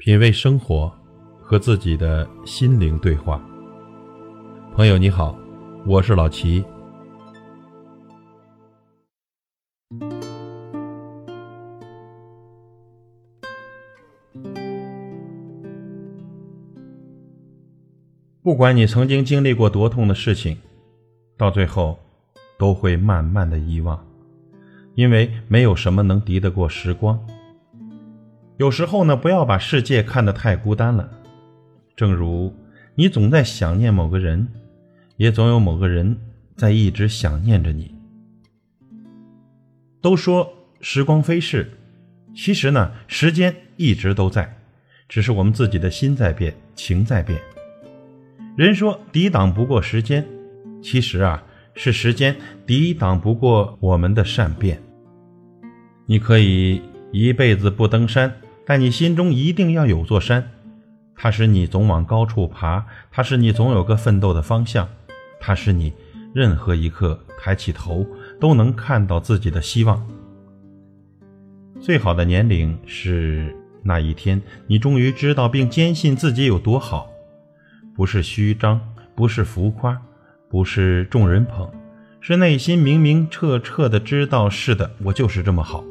品味生活，和自己的心灵对话。朋友你好，我是老齐。不管你曾经经历过多痛的事情，到最后都会慢慢的遗忘，因为没有什么能敌得过时光。有时候呢，不要把世界看得太孤单了，正如你总在想念某个人，也总有某个人在一直想念着你。都说时光飞逝，其实呢，时间一直都在，只是我们自己的心在变，情在变。人说抵挡不过时间，其实是时间抵挡不过我们的善变。你可以一辈子不登山，但你心中一定要有座山，它使你总往高处爬，它使你总有个奋斗的方向，它使你任何一刻抬起头都能看到自己的希望。最好的年龄是那一天你终于知道并坚信自己有多好，不是虚张，不是浮夸，不是众人捧，是内心明明彻彻的知道，是的，我就是这么好。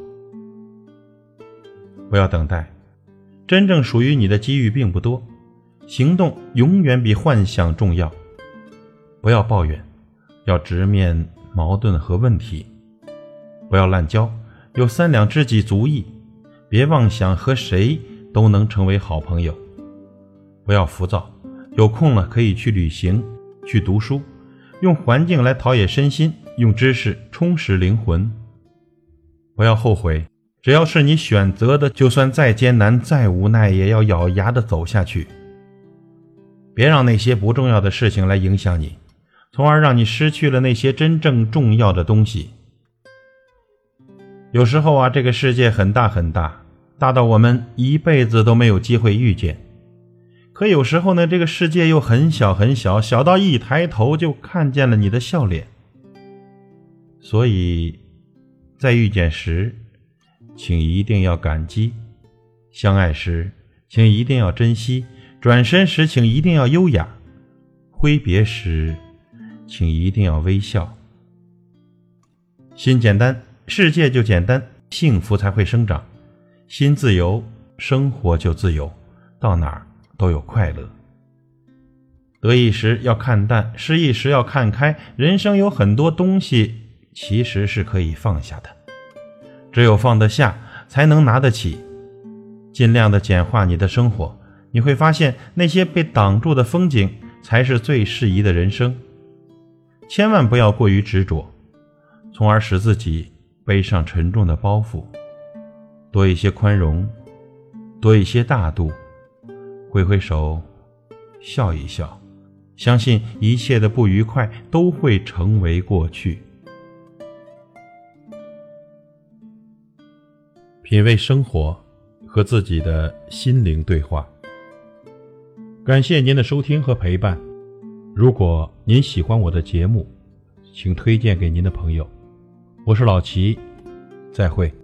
不要等待，真正属于你的机遇并不多，行动永远比幻想重要。不要抱怨，要直面矛盾和问题。不要滥交，有3两知己足矣。别妄想和谁都能成为好朋友。不要浮躁，有空了可以去旅行，去读书，用环境来陶冶身心，用知识充实灵魂。不要后悔，只要是你选择的，就算再艰难再无奈也要咬牙地走下去。别让那些不重要的事情来影响你，从而让你失去了那些真正重要的东西。有时候这个世界很大很大，大到我们一辈子都没有机会遇见。可有时候呢，这个世界又很小很小，小到一抬头就看见了你的笑脸。所以在遇见时请一定要感激，相爱时请一定要珍惜，转身时请一定要优雅，挥别时请一定要微笑。心简单，世界就简单，幸福才会生长。心自由，生活就自由，到哪儿都有快乐。得意时要看淡，失意时要看开，人生有很多东西其实是可以放下的，只有放得下才能拿得起。尽量的简化你的生活，你会发现那些被挡住的风景才是最适宜的人生。千万不要过于执着，从而使自己背上沉重的包袱。多一些宽容，多一些大度，挥挥手，笑一笑，相信一切的不愉快都会成为过去。品味生活，和自己的心灵对话。感谢您的收听和陪伴。如果您喜欢我的节目，请推荐给您的朋友。我是老齐，再会。